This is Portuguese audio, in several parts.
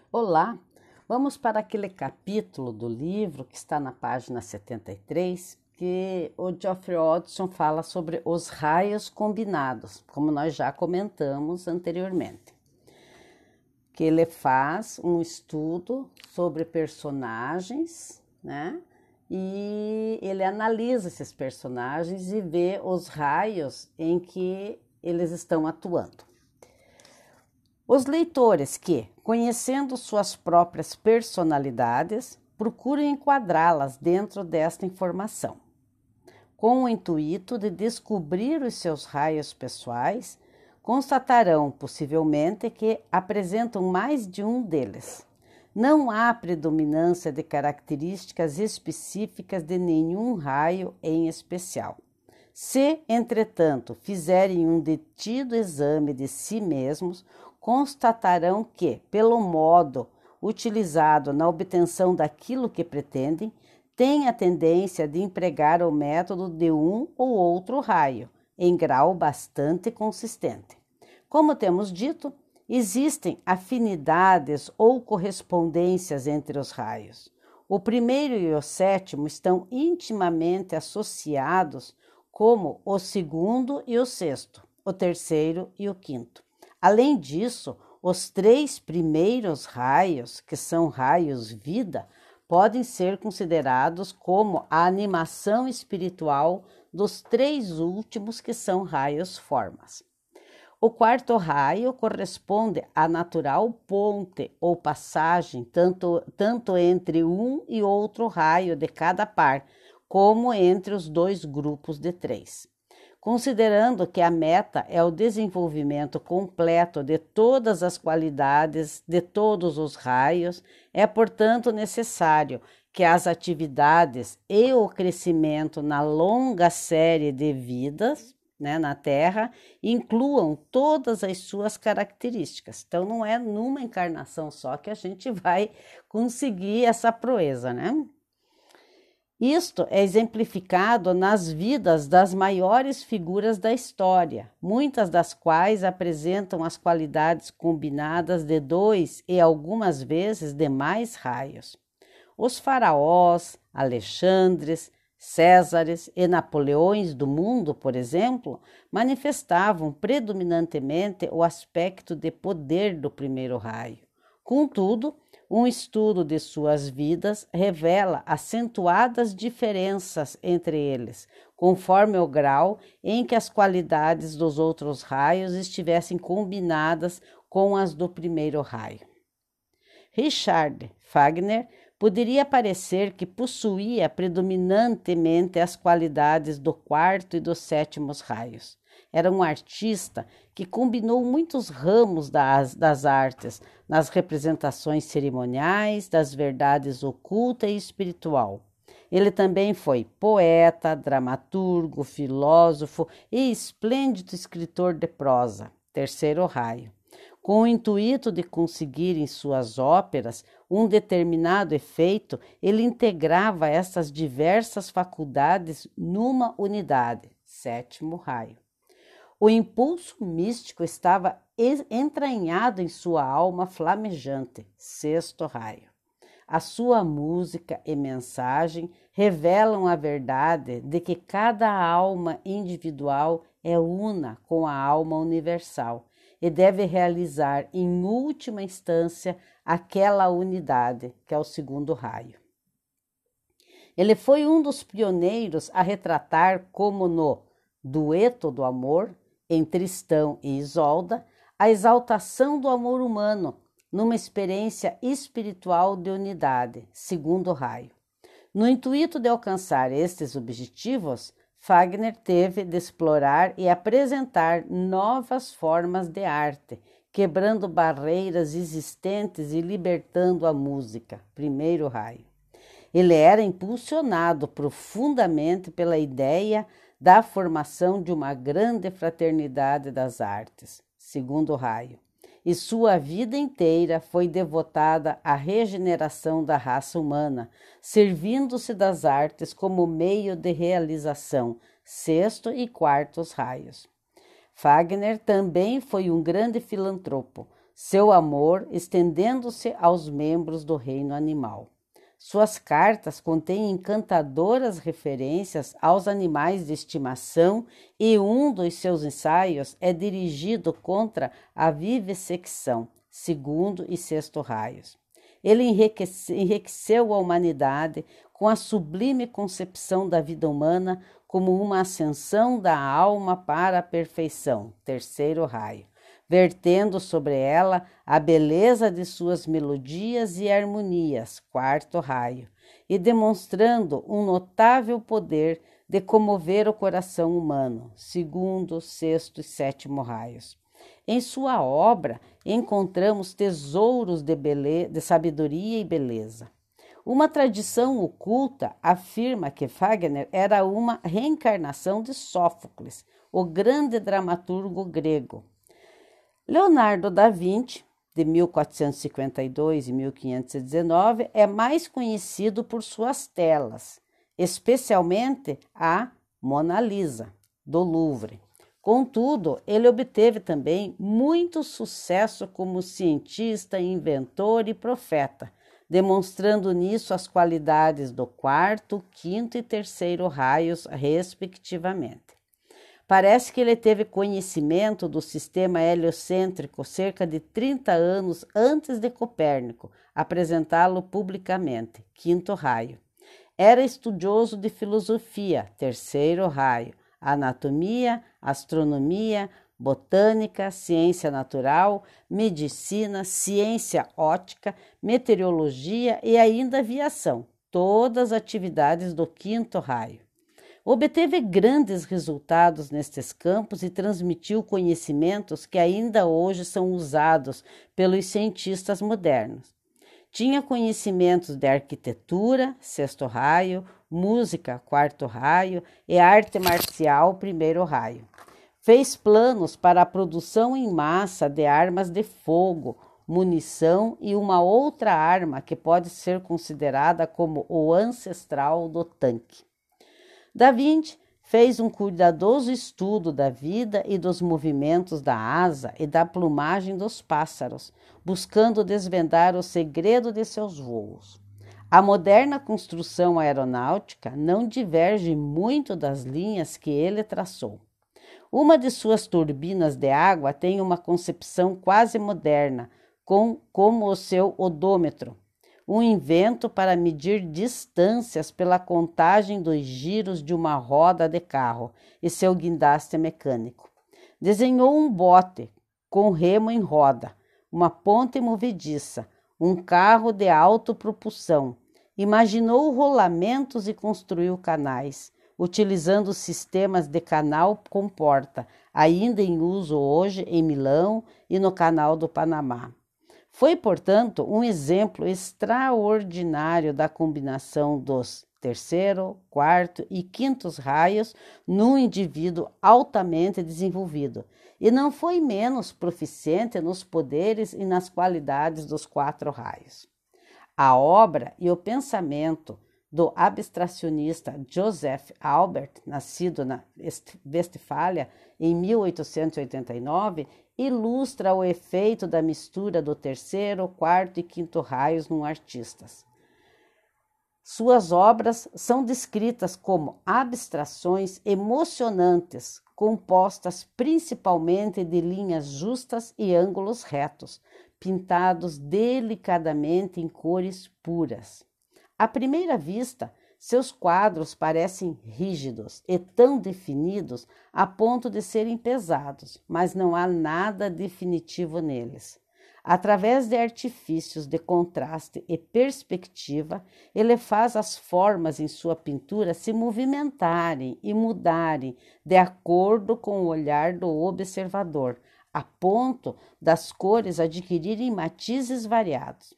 Olá, vamos para aquele capítulo do livro que está na página 73, que o Geoffrey Hodgson fala sobre os raios combinados, como nós já comentamos anteriormente. Que ele faz um estudo sobre personagens, né? E ele analisa esses personagens e vê os raios em que eles estão atuando. Os leitores que, conhecendo suas próprias personalidades, procuram enquadrá-las dentro desta informação, com o intuito de descobrir os seus raios pessoais, constatarão possivelmente que apresentam mais de um deles. Não há predominância de características específicas de nenhum raio em especial. Se, entretanto, fizerem um detido exame de si mesmos, constatarão que, pelo modo utilizado na obtenção daquilo que pretendem, têm a tendência de empregar o método de um ou outro raio, em grau bastante consistente. Como temos dito, existem afinidades ou correspondências entre os raios. O primeiro e o sétimo estão intimamente associados, como o segundo e o sexto, o terceiro e o quinto. Além disso, os três primeiros raios, que são raios vida, podem ser considerados como a animação espiritual dos três últimos, que são raios formas. O quarto raio corresponde à natural ponte ou passagem, tanto entre um e outro raio de cada par, como entre os dois grupos de três. Considerando que a meta é o desenvolvimento completo de todas as qualidades de todos os raios, é, portanto, necessário que as atividades e o crescimento na longa série de vidas, na Terra, incluam todas as suas características. Então, não é numa encarnação só que a gente vai conseguir essa proeza, né? Isto é exemplificado nas vidas das maiores figuras da história, muitas das quais apresentam as qualidades combinadas de dois e algumas vezes de mais raios. Os faraós, Alexandres, Césares e Napoleões do mundo, por exemplo, manifestavam predominantemente o aspecto de poder do primeiro raio. Contudo, um estudo de suas vidas revela acentuadas diferenças entre eles, conforme o grau em que as qualidades dos outros raios estivessem combinadas com as do primeiro raio. Richard Wagner poderia parecer que possuía predominantemente as qualidades do quarto e dos sétimos raios. Era um artista que combinou muitos ramos das artes, nas representações cerimoniais, das verdades oculta e espiritual. Ele também foi poeta, dramaturgo, filósofo e esplêndido escritor de prosa, terceiro raio. Com o intuito de conseguir em suas óperas um determinado efeito, ele integrava essas diversas faculdades numa unidade, sétimo raio. O impulso místico estava entranhado em sua alma flamejante, sexto raio. A sua música e mensagem revelam a verdade de que cada alma individual é una com a alma universal e deve realizar, em última instância, aquela unidade, que é o segundo raio. Ele foi um dos pioneiros a retratar como no Dueto do Amor, em Tristão e Isolda, a exaltação do amor humano numa experiência espiritual de unidade, segundo raio. No intuito de alcançar estes objetivos, Wagner teve de explorar e apresentar novas formas de arte, quebrando barreiras existentes e libertando a música, primeiro raio. Ele era impulsionado profundamente pela ideia da formação de uma grande fraternidade das artes, segundo raio, e sua vida inteira foi devotada à regeneração da raça humana, servindo-se das artes como meio de realização, sexto e quartos raios. Wagner também foi um grande filantropo, seu amor estendendo-se aos membros do reino animal. Suas cartas contêm encantadoras referências aos animais de estimação e um dos seus ensaios é dirigido contra a vivissecção, segundo e sexto raios. Ele enriqueceu a humanidade com a sublime concepção da vida humana como uma ascensão da alma para a perfeição, terceiro raio, vertendo sobre ela a beleza de suas melodias e harmonias, quarto raio, e demonstrando um notável poder de comover o coração humano, segundo, sexto e sétimo raios. Em sua obra encontramos tesouros de sabedoria e beleza. Uma tradição oculta afirma que Wagner era uma reencarnação de Sófocles, o grande dramaturgo grego. Leonardo da Vinci, de 1452 e 1519, é mais conhecido por suas telas, especialmente a Mona Lisa, do Louvre. Contudo, ele obteve também muito sucesso como cientista, inventor e profeta, demonstrando nisso as qualidades do quarto, quinto e terceiro raios, respectivamente. Parece que ele teve conhecimento do sistema heliocêntrico cerca de 30 anos antes de Copérnico apresentá-lo publicamente, quinto raio. Era estudioso de filosofia, terceiro raio, anatomia, astronomia, botânica, ciência natural, medicina, ciência óptica, meteorologia e ainda aviação, todas atividades do quinto raio. Obteve grandes resultados nestes campos e transmitiu conhecimentos que ainda hoje são usados pelos cientistas modernos. Tinha conhecimentos de arquitetura, sexto raio, música, quarto raio e arte marcial, primeiro raio. Fez planos para a produção em massa de armas de fogo, munição e uma outra arma que pode ser considerada como o ancestral do tanque. Da Vinci fez um cuidadoso estudo da vida e dos movimentos da asa e da plumagem dos pássaros, buscando desvendar o segredo de seus voos. A moderna construção aeronáutica não diverge muito das linhas que ele traçou. Uma de suas turbinas de água tem uma concepção quase moderna, como o seu odômetro, um invento para medir distâncias pela contagem dos giros de uma roda de carro e seu guindaste mecânico. Desenhou um bote com remo em roda, uma ponte movediça, um carro de autopropulsão. Imaginou rolamentos e construiu canais, utilizando sistemas de canal com porta, ainda em uso hoje em Milão e no Canal do Panamá. Foi, portanto, um exemplo extraordinário da combinação dos terceiro, quarto e quintos raios num indivíduo altamente desenvolvido, e não foi menos proficiente nos poderes e nas qualidades dos quatro raios. A obra e o pensamento do abstracionista Joseph Albert, nascido na Westfália em 1889, ilustra o efeito da mistura do terceiro, quarto e quinto raios num artista. Suas obras são descritas como abstrações emocionantes, compostas principalmente de linhas justas e ângulos retos, pintados delicadamente em cores puras. À primeira vista, seus quadros parecem rígidos e tão definidos a ponto de serem pesados, mas não há nada definitivo neles. Através de artifícios de contraste e perspectiva, ele faz as formas em sua pintura se movimentarem e mudarem de acordo com o olhar do observador, a ponto das cores adquirirem matizes variados.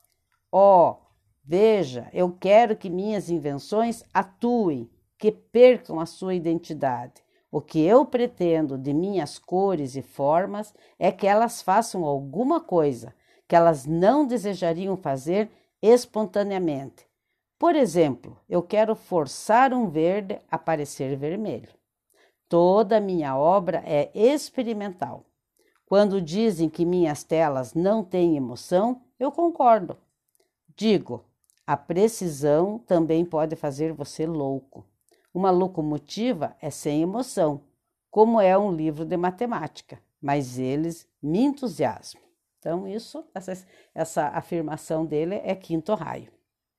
Veja, eu quero que minhas invenções atuem, que percam a sua identidade. O que eu pretendo de minhas cores e formas é que elas façam alguma coisa que elas não desejariam fazer espontaneamente. Por exemplo, eu quero forçar um verde a parecer vermelho. Toda a minha obra é experimental. Quando dizem que minhas telas não têm emoção, eu concordo. Digo, a precisão também pode fazer você louco. Uma locomotiva é sem emoção, como é um livro de matemática, mas eles me entusiasmam. Então, essa afirmação dele é quinto raio.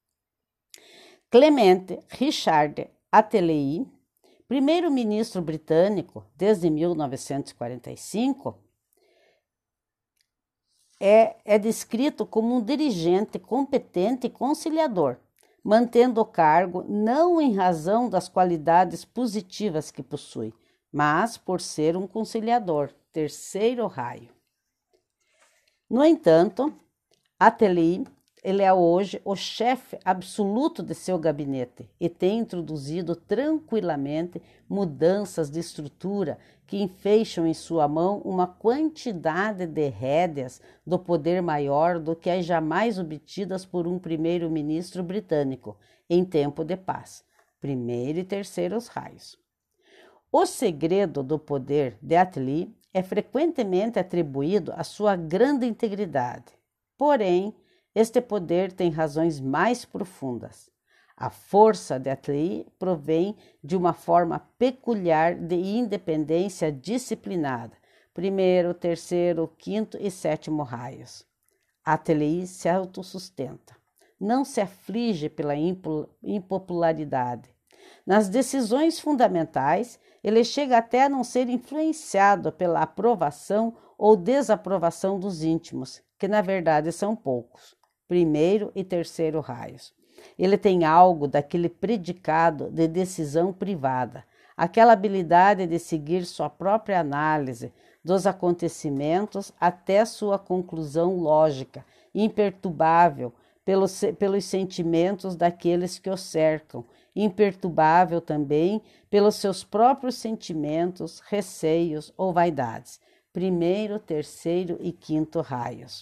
Clemente Richard Attlee, primeiro-ministro britânico desde 1945, é descrito como um dirigente competente e conciliador, mantendo o cargo não em razão das qualidades positivas que possui, mas por ser um conciliador, terceiro raio. No entanto, Attlee, ele é hoje o chefe absoluto de seu gabinete e tem introduzido tranquilamente mudanças de estrutura que enfeixam em sua mão uma quantidade de rédeas do poder maior do que as jamais obtidas por um primeiro-ministro britânico em tempo de paz, primeiro e terceiros raios. O segredo do poder de Attlee é frequentemente atribuído à sua grande integridade. Porém, este poder tem razões mais profundas. A força de Attlee provém de uma forma peculiar de independência disciplinada, primeiro, terceiro, quinto e sétimo raios. Attlee se autossustenta, não se aflige pela impopularidade. Nas decisões fundamentais, ele chega até a não ser influenciado pela aprovação ou desaprovação dos íntimos, que na verdade são poucos, primeiro e terceiro raios. Ele tem algo daquele predicado de decisão privada, aquela habilidade de seguir sua própria análise dos acontecimentos até sua conclusão lógica, imperturbável pelos sentimentos daqueles que o cercam, imperturbável também pelos seus próprios sentimentos, receios ou vaidades, primeiro, terceiro e quinto raios.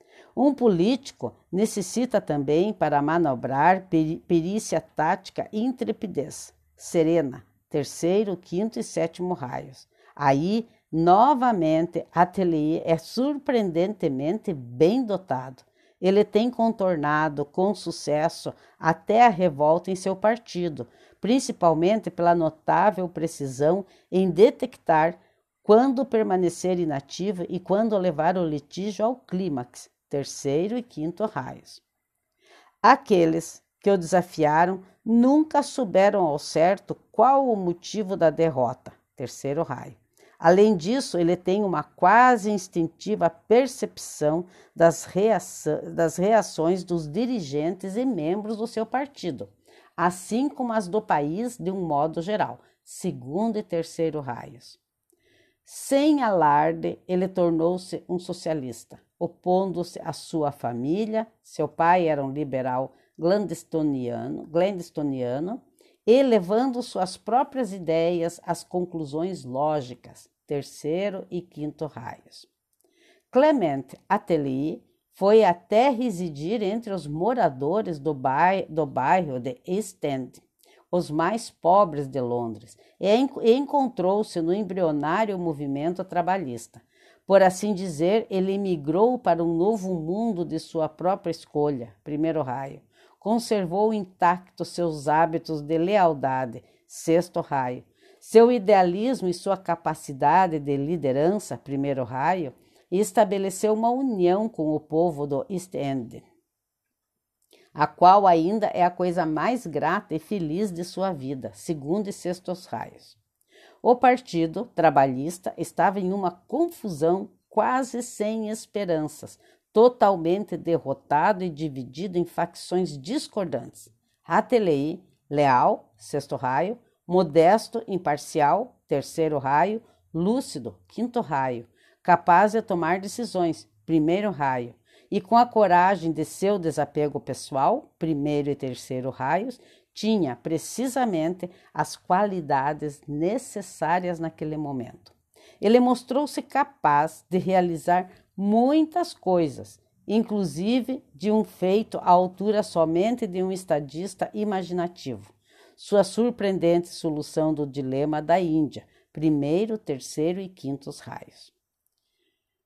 Um político necessita também, para manobrar, perícia tática e intrepidez, serena, terceiro, quinto e sétimo raios. Aí, novamente, Attlee é surpreendentemente bem dotado. Ele tem contornado com sucesso até a revolta em seu partido, principalmente pela notável precisão em detectar quando permanecer inativo e quando levar o litígio ao clímax, terceiro e quinto raios. Aqueles que o desafiaram nunca souberam ao certo qual o motivo da derrota, terceiro raio. Além disso, ele tem uma quase instintiva percepção das reações dos dirigentes e membros do seu partido, assim como as do país de um modo geral, segundo e terceiro raios. Sem alarde, ele tornou-se um socialista, opondo-se à sua família. Seu pai era um liberal gladstoniano, e levando suas próprias ideias às conclusões lógicas, terceiro e quinto raios. Clement Attlee foi até residir entre os moradores do bairro de East End, os mais pobres de Londres, e encontrou-se no embrionário movimento trabalhista. Por assim dizer, ele emigrou para um novo mundo de sua própria escolha, primeiro raio. Conservou intactos seus hábitos de lealdade, sexto raio. Seu idealismo e sua capacidade de liderança, primeiro raio, e estabeleceu uma união com o povo do East End, a qual ainda é a coisa mais grata e feliz de sua vida, segundo e sextos raios. O Partido Trabalhista estava em uma confusão quase sem esperanças, totalmente derrotado e dividido em facções discordantes. Attlee, leal, sexto raio, modesto, imparcial, terceiro raio, lúcido, quinto raio, capaz de tomar decisões, primeiro raio, e com a coragem de seu desapego pessoal, primeiro e terceiro raios, tinha precisamente as qualidades necessárias naquele momento. Ele mostrou-se capaz de realizar muitas coisas, inclusive de um feito à altura somente de um estadista imaginativo. Sua surpreendente solução do dilema da Índia, primeiro, terceiro e quintos raios.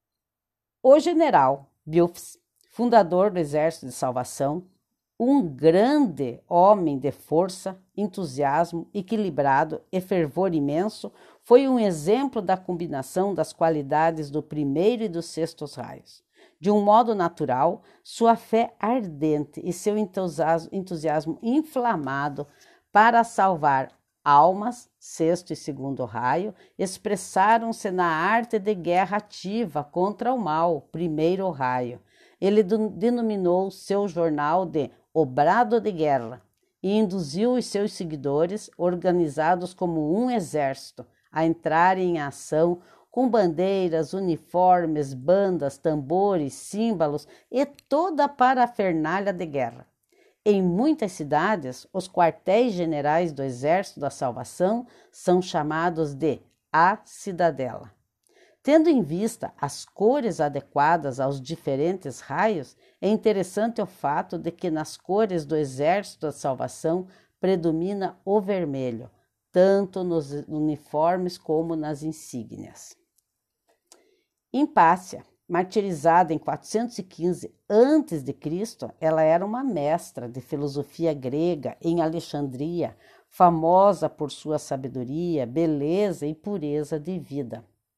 O general Bilfs, fundador do Exército de Salvação, um grande homem de força, entusiasmo, equilibrado e fervor imenso, foi um exemplo da combinação das qualidades do primeiro e dos sextos raios. De um modo natural, sua fé ardente e seu entusiasmo inflamado para salvar almas, sexto e segundo raio, expressaram-se na arte de guerra ativa contra o mal, primeiro raio. Ele denominou seu jornal de O Brado de Guerra e induziu os seus seguidores, organizados como um exército, a entrarem em ação com bandeiras, uniformes, bandas, tambores, símbolos e toda a parafernália de guerra. Em muitas cidades, os quartéis generais do Exército da Salvação são chamados de a Cidadela. Tendo em vista as cores adequadas aos diferentes raios, é interessante o fato de que nas cores do Exército da Salvação predomina o vermelho, tanto nos uniformes como nas insígnias. Hipátia, martirizada em 415 a.C., ela era uma mestra de filosofia grega em Alexandria, famosa por sua sabedoria, beleza e pureza de vida.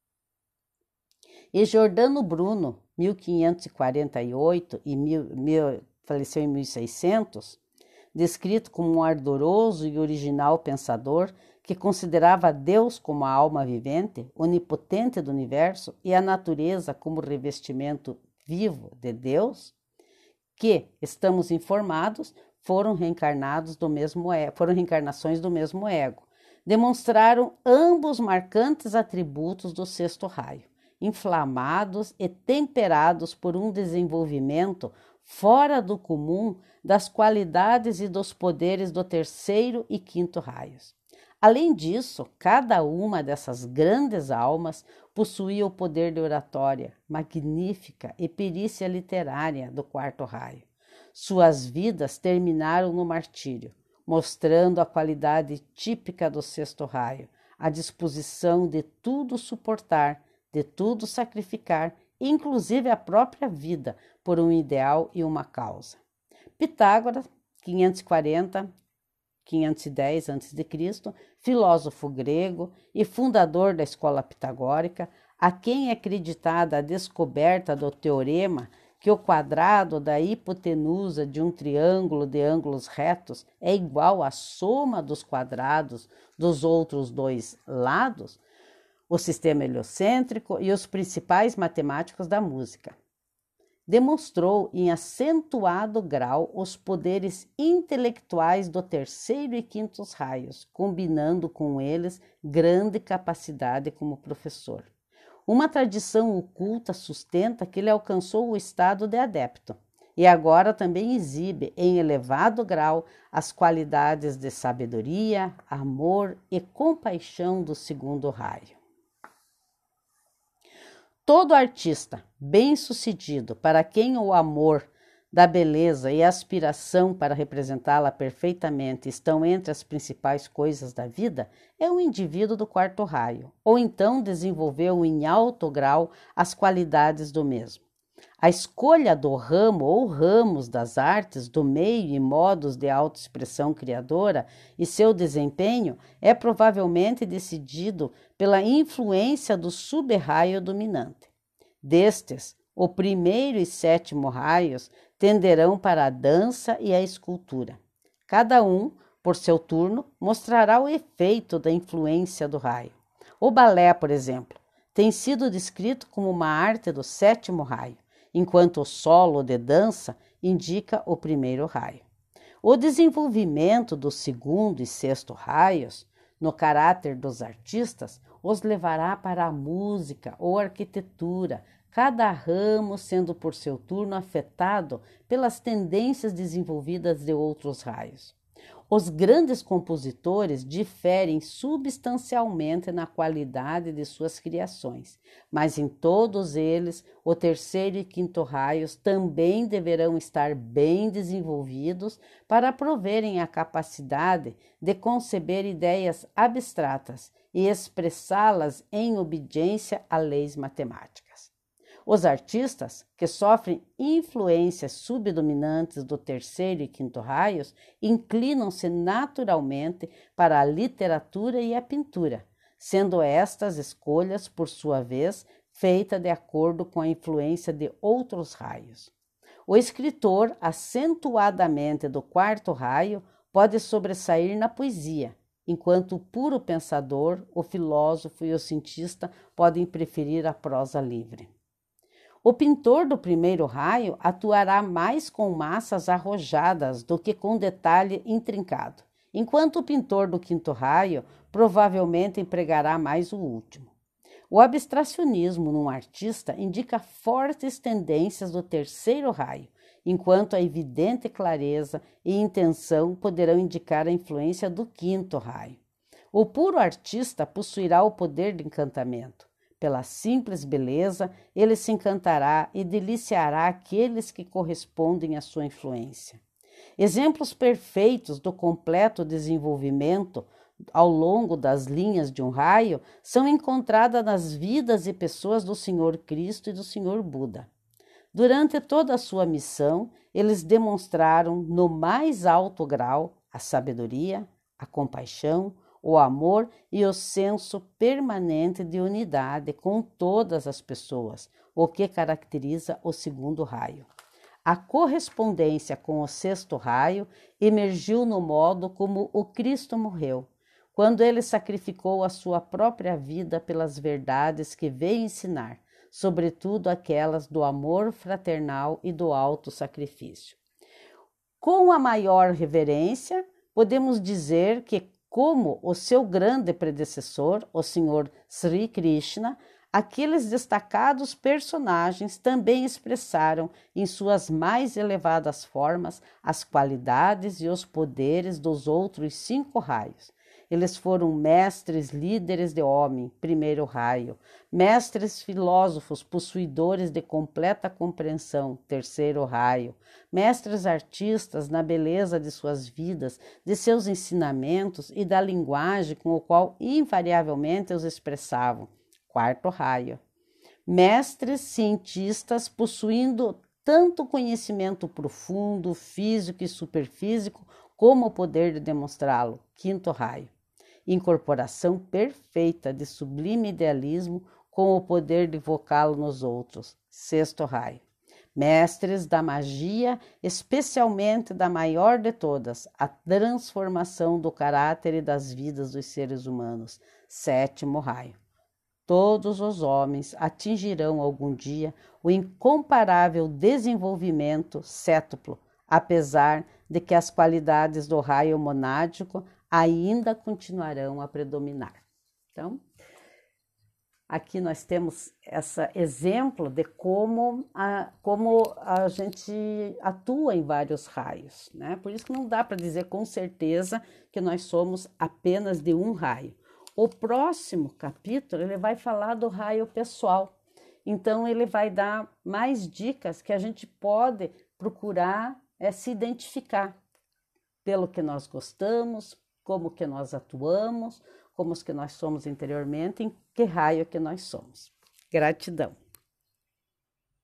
E Giordano Bruno, 1548 faleceu em 1600, descrito como um ardoroso e original pensador que considerava Deus como a alma vivente, onipotente do universo e a natureza como revestimento vivo de Deus, que, estamos informados, foram reencarnações do mesmo ego. Demonstraram ambos marcantes atributos do sexto raio, inflamados e temperados por um desenvolvimento fora do comum das qualidades e dos poderes do terceiro e quinto raios. Além disso, cada uma dessas grandes almas possuía o poder de oratória, magnífica e perícia literária do quarto raio. Suas vidas terminaram no martírio, mostrando a qualidade típica do sexto raio, a disposição de tudo suportar, de tudo sacrificar, inclusive a própria vida, por um ideal e uma causa. Pitágoras, 510 a.C., filósofo grego e fundador da escola pitagórica, a quem é acreditada a descoberta do teorema que o quadrado da hipotenusa de um triângulo de ângulos retos é igual à soma dos quadrados dos outros dois lados, o sistema heliocêntrico e os principais matemáticos da música. Demonstrou em acentuado grau os poderes intelectuais do terceiro e quinto raios, combinando com eles grande capacidade como professor. Uma tradição oculta sustenta que ele alcançou o estado de adepto e agora também exibe em elevado grau as qualidades de sabedoria, amor e compaixão do segundo raio. Todo artista bem-sucedido, para quem o amor da beleza e a aspiração para representá-la perfeitamente estão entre as principais coisas da vida, é um indivíduo do quarto raio, ou então desenvolveu em alto grau as qualidades do mesmo. A escolha do ramo ou ramos das artes, do meio e modos de autoexpressão criadora e seu desempenho é provavelmente decidido pela influência do sub-raio dominante. Destes, o primeiro e sétimo raios tenderão para a dança e a escultura. Cada um, por seu turno, mostrará o efeito da influência do raio. O balé, por exemplo, tem sido descrito como uma arte do sétimo raio, enquanto o solo de dança indica o primeiro raio. O desenvolvimento do segundo e sexto raios, no caráter dos artistas, os levará para a música ou arquitetura, cada ramo sendo por seu turno afetado pelas tendências desenvolvidas de outros raios. Os grandes compositores diferem substancialmente na qualidade de suas criações, mas em todos eles, o terceiro e quinto raios também deverão estar bem desenvolvidos para proverem a capacidade de conceber ideias abstratas e expressá-las em obediência a leis matemáticas. Os artistas, que sofrem influências subdominantes do terceiro e quinto raios, inclinam-se naturalmente para a literatura e a pintura, sendo estas escolhas, por sua vez, feitas de acordo com a influência de outros raios. O escritor, acentuadamente do quarto raio, pode sobressair na poesia, enquanto o puro pensador, o filósofo e o cientista podem preferir a prosa livre. O pintor do primeiro raio atuará mais com massas arrojadas do que com detalhe intrincado, enquanto o pintor do quinto raio provavelmente empregará mais o último. O abstracionismo num artista indica fortes tendências do terceiro raio, enquanto a evidente clareza e intenção poderão indicar a influência do quinto raio. O puro artista possuirá o poder de encantamento. Pela simples beleza, ele se encantará e deliciará aqueles que correspondem à sua influência. Exemplos perfeitos do completo desenvolvimento ao longo das linhas de um raio são encontradas nas vidas e pessoas do Senhor Cristo e do Senhor Buda. Durante toda a sua missão, eles demonstraram no mais alto grau a sabedoria, a compaixão, o amor e o senso permanente de unidade com todas as pessoas, o que caracteriza o segundo raio. A correspondência com o sexto raio emergiu no modo como o Cristo morreu, quando ele sacrificou a sua própria vida pelas verdades que veio ensinar, sobretudo aquelas do amor fraternal e do auto-sacrifício. Com a maior reverência, podemos dizer que, como o seu grande predecessor, o Senhor Sri Krishna, aqueles destacados personagens também expressaram em suas mais elevadas formas as qualidades e os poderes dos outros 5 raios. Eles foram mestres líderes de homem, primeiro raio, mestres filósofos possuidores de completa compreensão, terceiro raio, mestres artistas na beleza de suas vidas, de seus ensinamentos e da linguagem com o qual invariavelmente os expressavam, quarto raio, mestres cientistas possuindo tanto conhecimento profundo, físico e superfísico, como o poder de demonstrá-lo, quinto raio. Incorporação perfeita de sublime idealismo com o poder de evocá-lo nos outros, sexto raio. Mestres da magia, especialmente da maior de todas, a transformação do caráter e das vidas dos seres humanos, sétimo raio. Todos os homens atingirão algum dia o incomparável desenvolvimento sétuplo, apesar de que as qualidades do raio monádico ainda continuarão a predominar. Então, aqui nós temos esse exemplo de como a gente atua em vários raios, né? Por isso que não dá para dizer com certeza que nós somos apenas de um raio. O próximo capítulo ele vai falar do raio pessoal. Então, ele vai dar mais dicas que a gente pode procurar se identificar pelo que nós gostamos, como que nós atuamos, como que nós somos interiormente, em que raio que nós somos. Gratidão.